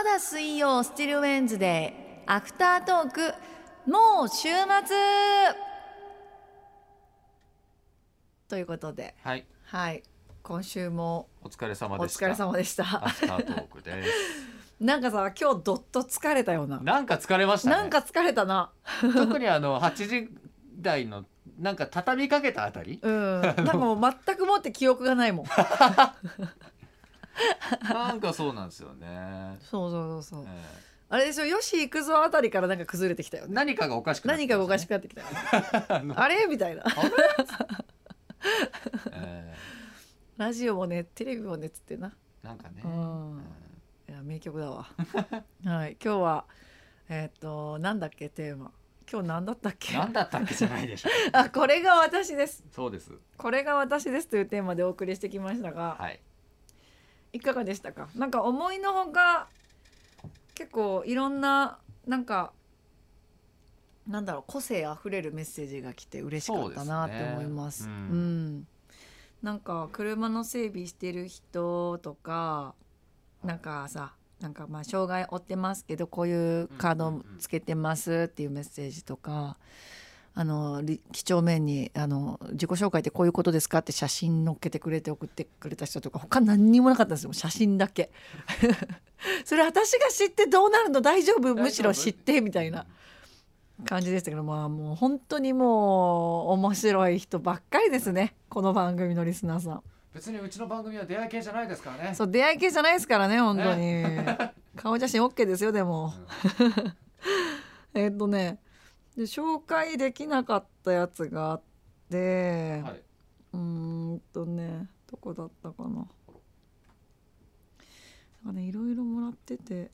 まだ水曜スティルウェンズデーアフタートーク、もう週末ということで、 はい、 今週もお疲れ様でした。 お疲れ様でしたアフタートークですなんかさ、今日どっと疲れたような。 なんか疲れましたね。 なんか疲れたな特に8時台のなんか畳みかけたあたり、 なんかもう全くもって記憶がないもんなんかそうなんですよね。 そう、あれでしょ、よし行くぞあたりからなんか崩れてきたよね。 何かがおかしくなって何かがおかしくなってきたよねあれみたいなラジオもねテレビもねっつってな、 なんかね、 いや名曲だわはい、今日はなんだっけテーマ、今日なんだったっけなんだったっけじゃないでしょあ、これが私です。 そうです。 これが私ですというテーマでお送りしてきましたが、 はい、 いかがでしたか。なんか思いのほか結構いろんななんかなんだろう、個性あふれるメッセージが来て嬉しかったなって思います。なんか車の整備してる人とか、なんかさ、なんかまあ障害負ってますけどこういうカードつけてますっていうメッセージとか、几帳面に自己紹介ってこういうことですかって写真載っけてくれて送ってくれた人とか、他何にもなかったんですよ、写真だけそれ私が知ってどうなるの、大丈夫、むしろ知ってみたいな感じでしたけど、まあもう本当にもう面白い人ばっかりですね、この番組のリスナーさん。 別にうちの番組は出会い系じゃないですからね。 そう、出会い系じゃないですからね、本当に顔写真 OK ですよ。でも、で紹介できなかったやつがあって、 はい、 どこだったかな。なんかね、いろいろもらってて、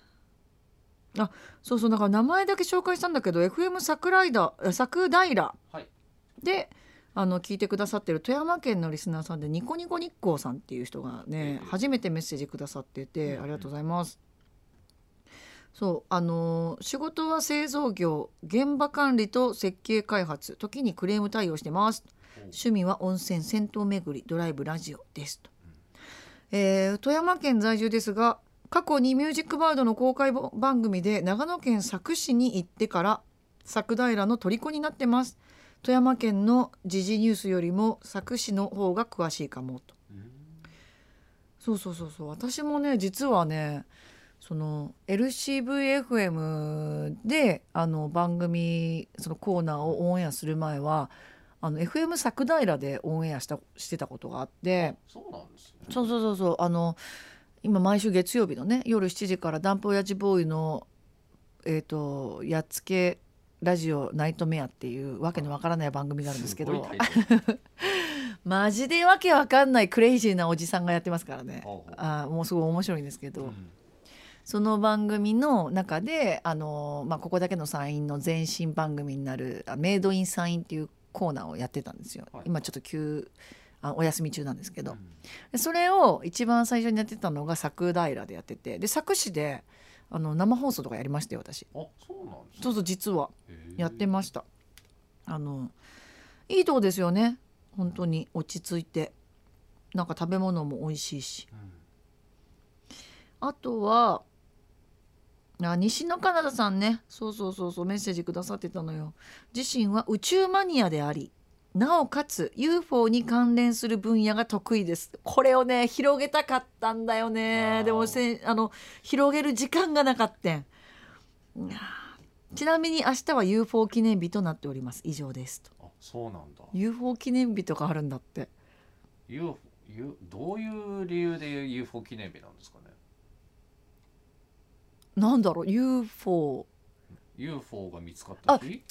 そうだから名前だけ紹介したんだけど FM 桜平で聞いてくださってる富山県のリスナーさんでニコニコ日光さんっていう人がね、初めてメッセージくださってて、ありがとうございます。そう仕事は製造業、現場管理と設計開発、時にクレーム対応してます。趣味は温泉、銭湯巡り、ドライブ、ラジオですと。富山県在住ですが、過去にミュージックバードの公開番組で長野県佐久市に行ってから佐久平の虜になってます。富山県の時事ニュースよりも佐久市の方が詳しいかもと。そう私もね、実はね、その LCVFM で番組そのコーナーをオンエアする前はFM 佐久平でオンエアしてたことがあって。 そうなんですね。 そう今毎週月曜日のね夜7時からダンプ親父ボーイのやっつけラジオナイトメアっていうわけのわからない番組があるんですけどマジでわけわかんないクレイジーなおじさんがやってますからね。もうすごい面白いんですけど、その番組の中でここだけの山陰の前身番組になるメイドイン山陰っていうコーナーをやってたんですよ。今ちょっとお休み中なんですけど、それを一番最初にやってたのが佐久平でやってて、で佐久市で生放送とかやりましたよ私。 そうなんですね。 そう実はやってました。いいとこですよね、本当に落ち着いて、なんか食べ物も美味しいし、あとは西野カナダさんね、そうメッセージくださってたのよ。自身は宇宙マニアであり、なおかつ UFO に関連する分野が得意です。これをね広げたかったんだよね。でも広げる時間がなかったん。ちなみに明日は UFO 記念日となっております。以上ですと。 そうなんだ。 UFO 記念日とかあるんだって。 どういう理由で UFO 記念日なんですかね。 なんだろう、 UFO が見つかった日。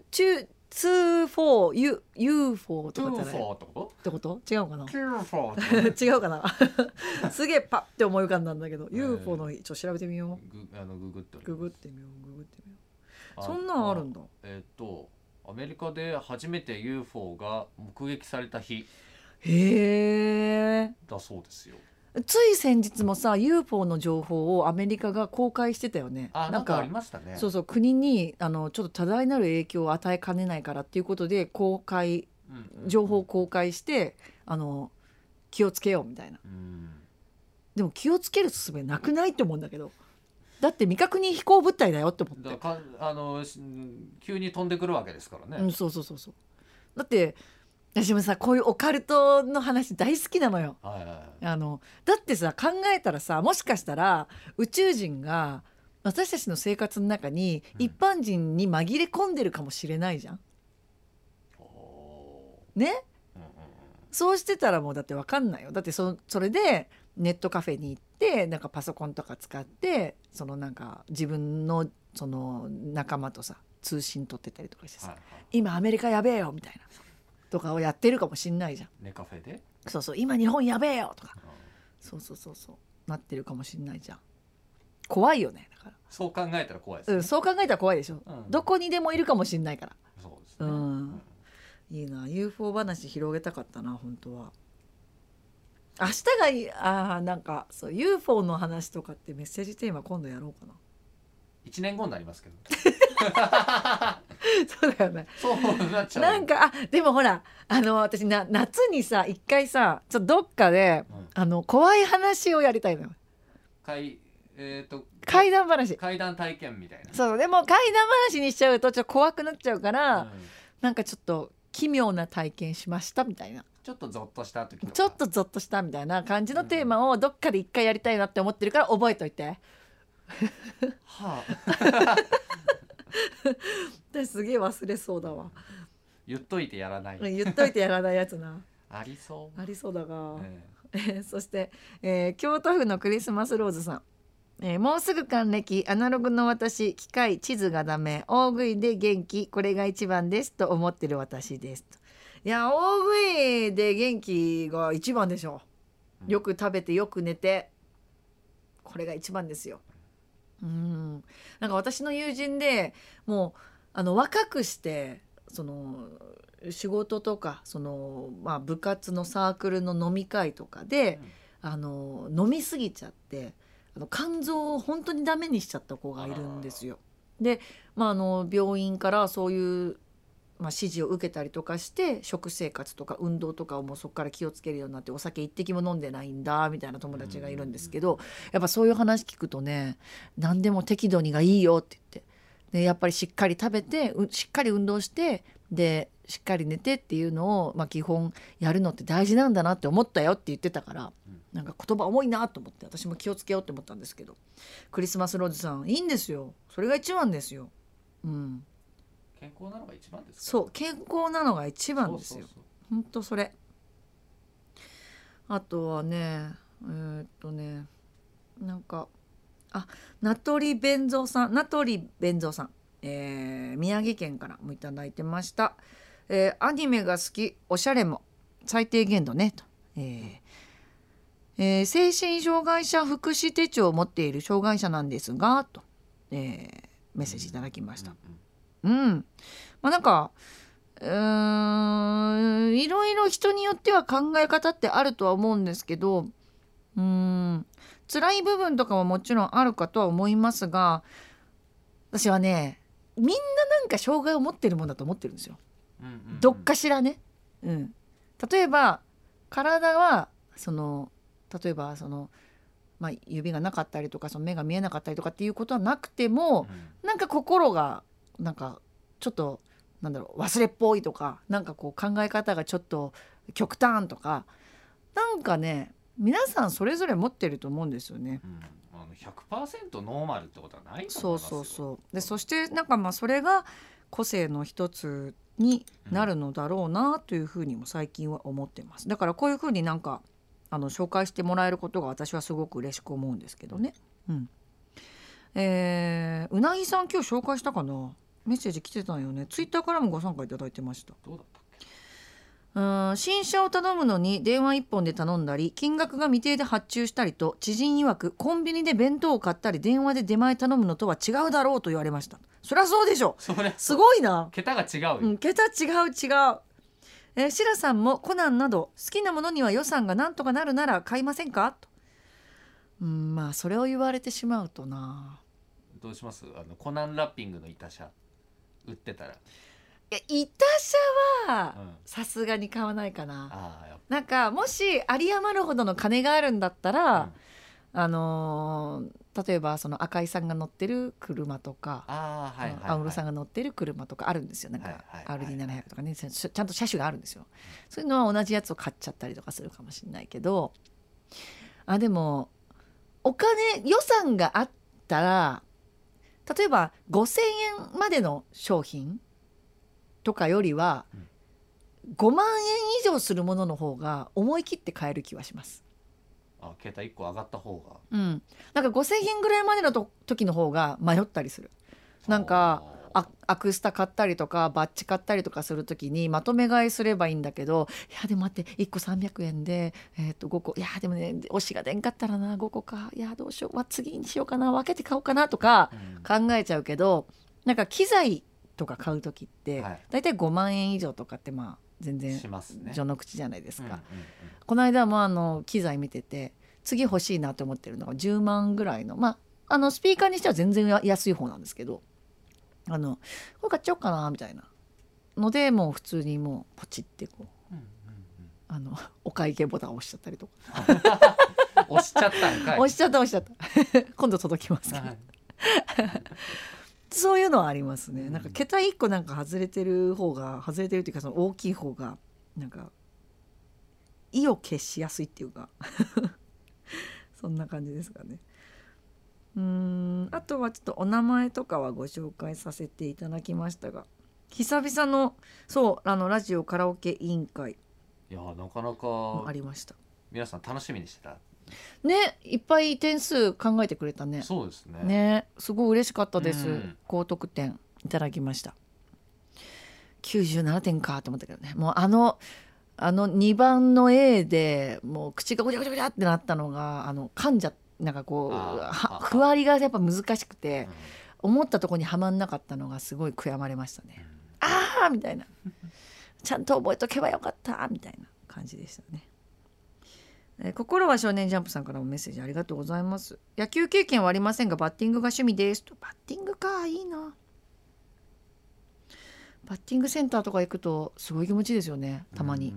UFO とかじゃないってこと？違うかな違うかなすげえパッて思い浮かんだんだけど、UFO の日ちょっと調べてみよう。 ググってみよう。そんなんあるんだ。 アメリカで初めて UFO が目撃された日だそうですよ。 つい先日もさ UFO の情報をアメリカが公開してたよね。 なんかありましたね。 そう国にちょっと多大なる影響を与えかねないからっていうことで情報を公開して気をつけようみたいな。でも気をつける術なくないって思うんだけど。 だって未確認飛行物体だよって思って。 だから急に飛んでくるわけですからね。 そうだって私もさこういうオカルトの話大好きなのよ。 はいはいはい。 だってさ考えたらさもしかしたら宇宙人が私たちの生活の中に一般人に紛れ込んでるかもしれないじゃん。ね、そうしてたらもうだって分かんないよ。だってそれでネットカフェに行ってなんかパソコンとか使ってそのなんか自分のその仲間とさ通信取ってたりとかしてさ、はいはい、今アメリカやべえよみたいなとかをやってるかもしんないじゃん。 ネカフェでそう今日本やべえよとか、そうなってるかもしんないじゃん。怖いよね。だからそう考えたら怖いですね。 そう考えたら怖いでしょ、どこにでもいるかもしんないから。 そうですね、 いいな UFO 話広げたかったな本当は。明日がいい。なんかそう UFO の話とかってメッセージテーマ今度やろうかな。 1年後になりますけどそうだよね。 そうなっちゃう。 なんかでもほら私夏にさ一回さちょっとどっかで、怖い話をやりたいのよ。怪談話、 怪談体験みたいな。 そうでも怪談話にしちゃうとちょっと怖くなっちゃうから、なんかちょっと奇妙な体験しましたみたいな、 ちょっとゾッとした時とかちょっとゾッとしたみたいな感じのテーマをどっかで一回やりたいなって思ってるから覚えといて。はあ私すげえ忘れそうだわ。 言っといてやらない言っといてやらないやつなありそうだが、そして、京都府のクリスマスローズさん、もうすぐ還暦、アナログの私、機械地図がダメ、大食いで元気、これが一番ですと思ってる私ですと。いや大食いで元気が一番でしょ。よく食べてよく寝てこれが一番ですよ。なんか私の友人でもう若くしてその仕事とかその、部活のサークルの飲み会とかで、飲みすぎちゃって肝臓を本当にダメにしちゃった子がいるんですよ。で、病院からそういう指示を受けたりとかして食生活とか運動とかをもうそこから気をつけるようになってお酒一滴も飲んでないんだみたいな友達がいるんですけど、やっぱそういう話聞くとね何でも適度にがいいよって言って、でやっぱりしっかり食べてしっかり運動してでしっかり寝てっていうのを、基本やるのって大事なんだなって思ったよって言ってたから、なんか言葉重いなと思って私も気をつけようって思ったんですけど、クリスマスローズさんいいんですよ。それが一番ですよ。 健康なのが一番ですか。 そう健康なのが一番ですよ。ほんとそれ。あとはねなんか名取弁蔵さん、宮城県からもいただいてました。アニメが好き、おしゃれも最低限度ねと、精神障害者福祉手帳を持っている障害者なんですがと、メッセージいただきました。なんかいろいろ人によっては考え方ってあるとは思うんですけど、辛い部分とかももちろんあるかとは思いますが、私はねみんななんか障害を持ってるもんだと思ってるんですよ、どっかしらね、例えば体は例えば指がなかったりとかその目が見えなかったりとかっていうことはなくても、なんか心がなんかちょっと忘れっぽいとかなんかこう考え方がちょっと極端とかなんかね皆さんそれぞれ持ってると思うんですよね。 100% ノーマルってことはないと思いますよ。 そうでそしてなんかそれが個性の一つになるのだろうなというふうにも最近は思ってます。だからこういうふうになんか紹介してもらえることが私はすごく嬉しく思うんですけどね。うなぎさん今日紹介したかな。メッセージ来てたんよね。ツイッターからもご参加いただいてました。 どうだったっけ。 新車を頼むのに電話1本で頼んだり金額が未定で発注したりと、知人曰くコンビニで弁当を買ったり電話で出前頼むのとは違うだろうと言われました。そりゃそうでしょ。すごいな。 桁が違うよ、 桁違う。シラさんもコナンなど好きなものには予算がなんとかなるなら買いませんかと。それを言われてしまうとな。 どうします？コナンラッピングの板車売ってたら。 板車はさすがに買わないかな。なんかもし有り余るほどの金があるんだったら、 例えばその赤井さんが乗ってる車とか、 はいはいはい、 安室さんが乗ってる車とかあるんですよ。なんかはいはいはい RD700 とかね、ちゃんと車種があるんですよ。そういうのは同じやつを買っちゃったりとかするかもしれないけど、でもお金予算があったら、例えば5,000円までの商品とかよりは5万円以上するものの方が思い切って買える気はします。 携帯1個上がった方が、 なんか5,000円ぐらいまでの時の方が迷ったりする。なんかアクスタ買ったりとかバッジ買ったりとかする時にまとめ買いすればいいんだけど、いやでも待って1個300円で、5個、いやでもね推しが出んかったらな5個か、いやどうしよう、次にしようかな、分けて買おうかなとか考えちゃうけど、なんか機材とか買う時ってだいたい5万円以上とかってまあ全然序の口じゃないですか。この間も機材見てて次欲しいなと思ってるのが10万ぐらいの、スピーカーにしては全然安い方なんですけど、これ買っちゃおうかなみたいなので、もう普通にもうポチってこう、お会計ボタンを押しちゃったりとか押しちゃったんかい。 押しちゃった今度届きますけど、そういうのはありますね。なんか桁1個なんか外れてるっていうか、その大きい方がなんか意を決しやすいっていうかそんな感じですかね。あとはちょっとお名前とかはご紹介させていただきましたが、久々のラジオカラオケ委員会、 いやなかなかありました。 皆さん楽しみにしてたね、いっぱい点数考えてくれたね。 そうですね。 ね、すごい嬉しかったです。高得点いただきました。97点かと思ったけどね。もう2番の A でもう口がごちゃごちゃごちゃってなったのが噛んじゃなんかこうふわりがやっぱ難しくて、思ったところにはまんなかったのがすごい悔やまれましたね。あーみたいなちゃんと覚えとけばよかったみたいな感じでしたね。心は少年ジャンプさんからもメッセージありがとうございます。野球経験はありませんがバッティングが趣味ですと。バッティングか、いいな。バッティングセンターとか行くとすごい気持ちいいですよね、たまに。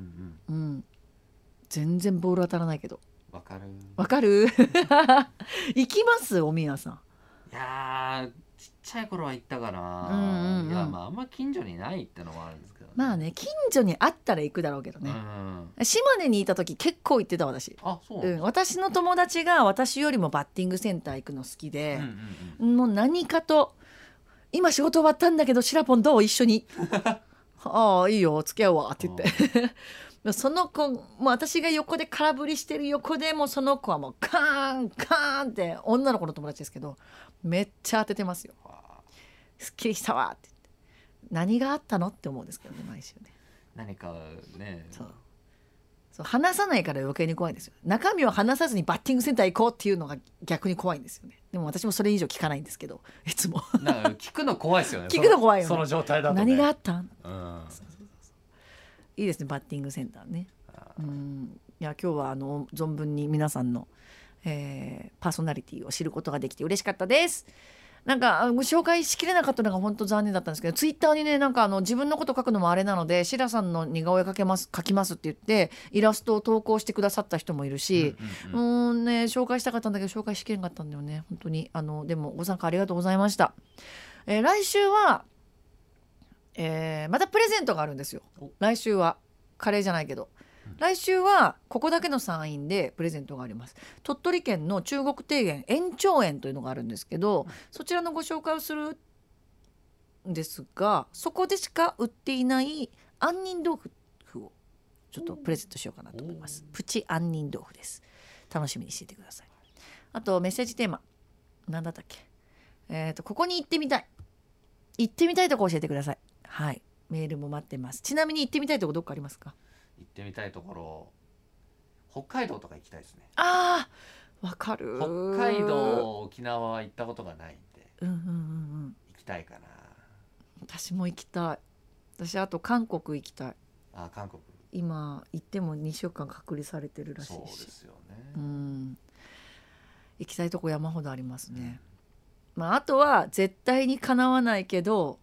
全然ボール当たらないけど。わかる行きますおみやさん。 いやちっちゃい頃は行ったかな。いやあんま近所にないってのもあるんですけど、ね、 まあね、近所にあったら行くだろうけどね。島根にいた時結構行ってた私。私の友達が私よりもバッティングセンター行くの好きで、もう何かと今仕事終わったんだけどシラポンどう一緒にああいいよ付き合うわって言ってその子もう私が横で空振りしてる横でもうその子はもうカーンカーンって女の子の友達ですけどめっちゃ当ててますよ。すっきりしたわって言って何があったのって思うんですけどね、毎週ね。 何かね、 そう話さないから余計に怖いんですよ。中身を話さずにバッティングセンター行こうっていうのが逆に怖いんですよね。でも私もそれ以上聞かないんですけど、いつもなんか聞くの怖いですよね聞くの怖いよね、 その状態だと、ね、 何があったん、 そういいですねバッティングセンターね。いや今日は存分に皆さんの、パーソナリティを知ることができて嬉しかったです。なんかご紹介しきれなかったのが本当残念だったんですけど、ツイッターにねなんか自分のこと書くのもあれなのでシラさんの似顔絵描きますって言ってイラストを投稿してくださった人もいるし、紹介したかったんだけど紹介しきれなかったんだよね本当に。でもご参加ありがとうございました。来週は、またプレゼントがあるんですよ。来週はカレーじゃないけど来週はここだけの参院でプレゼントがあります。鳥取県の中国庭園延長園というのがあるんですけど、そちらのご紹介をするんですが、そこでしか売っていない杏仁豆腐をちょっとプレゼントしようかなと思います。プチ杏仁豆腐です。楽しみにしていてください。あとメッセージテーマ何だったっけ、ここに行ってみたいとこ教えてください。はい、メールも待ってます。ちなみに行ってみたいとこどっかありますか？ 行ってみたいところ北海道とか行きたいですね。 わかる。 北海道沖縄は行ったことがないんで、行きたいかな。 私も行きたい。私あと韓国行きたい。 韓国今行っても2週間隔離されてるらしいし。そうですよね。 行きたいとこ山ほどありますね。あとは絶対にかなわないけど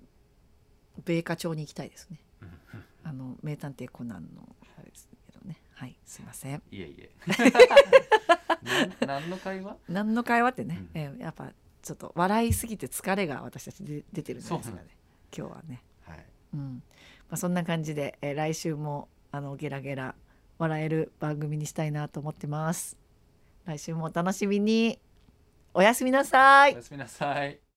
米花町に行きたいですね。名探偵コナンのあれですけどね。 はい、すいません。 いえいえ何の会話？ 何の会話ってね、やっぱちょっと笑いすぎて疲れが私たちで出てるんですかね今日はね。 はい、 そんな感じで、来週もゲラゲラ笑える番組にしたいなと思ってます。来週もお楽しみに。おやすみなさい。 おやすみなさい。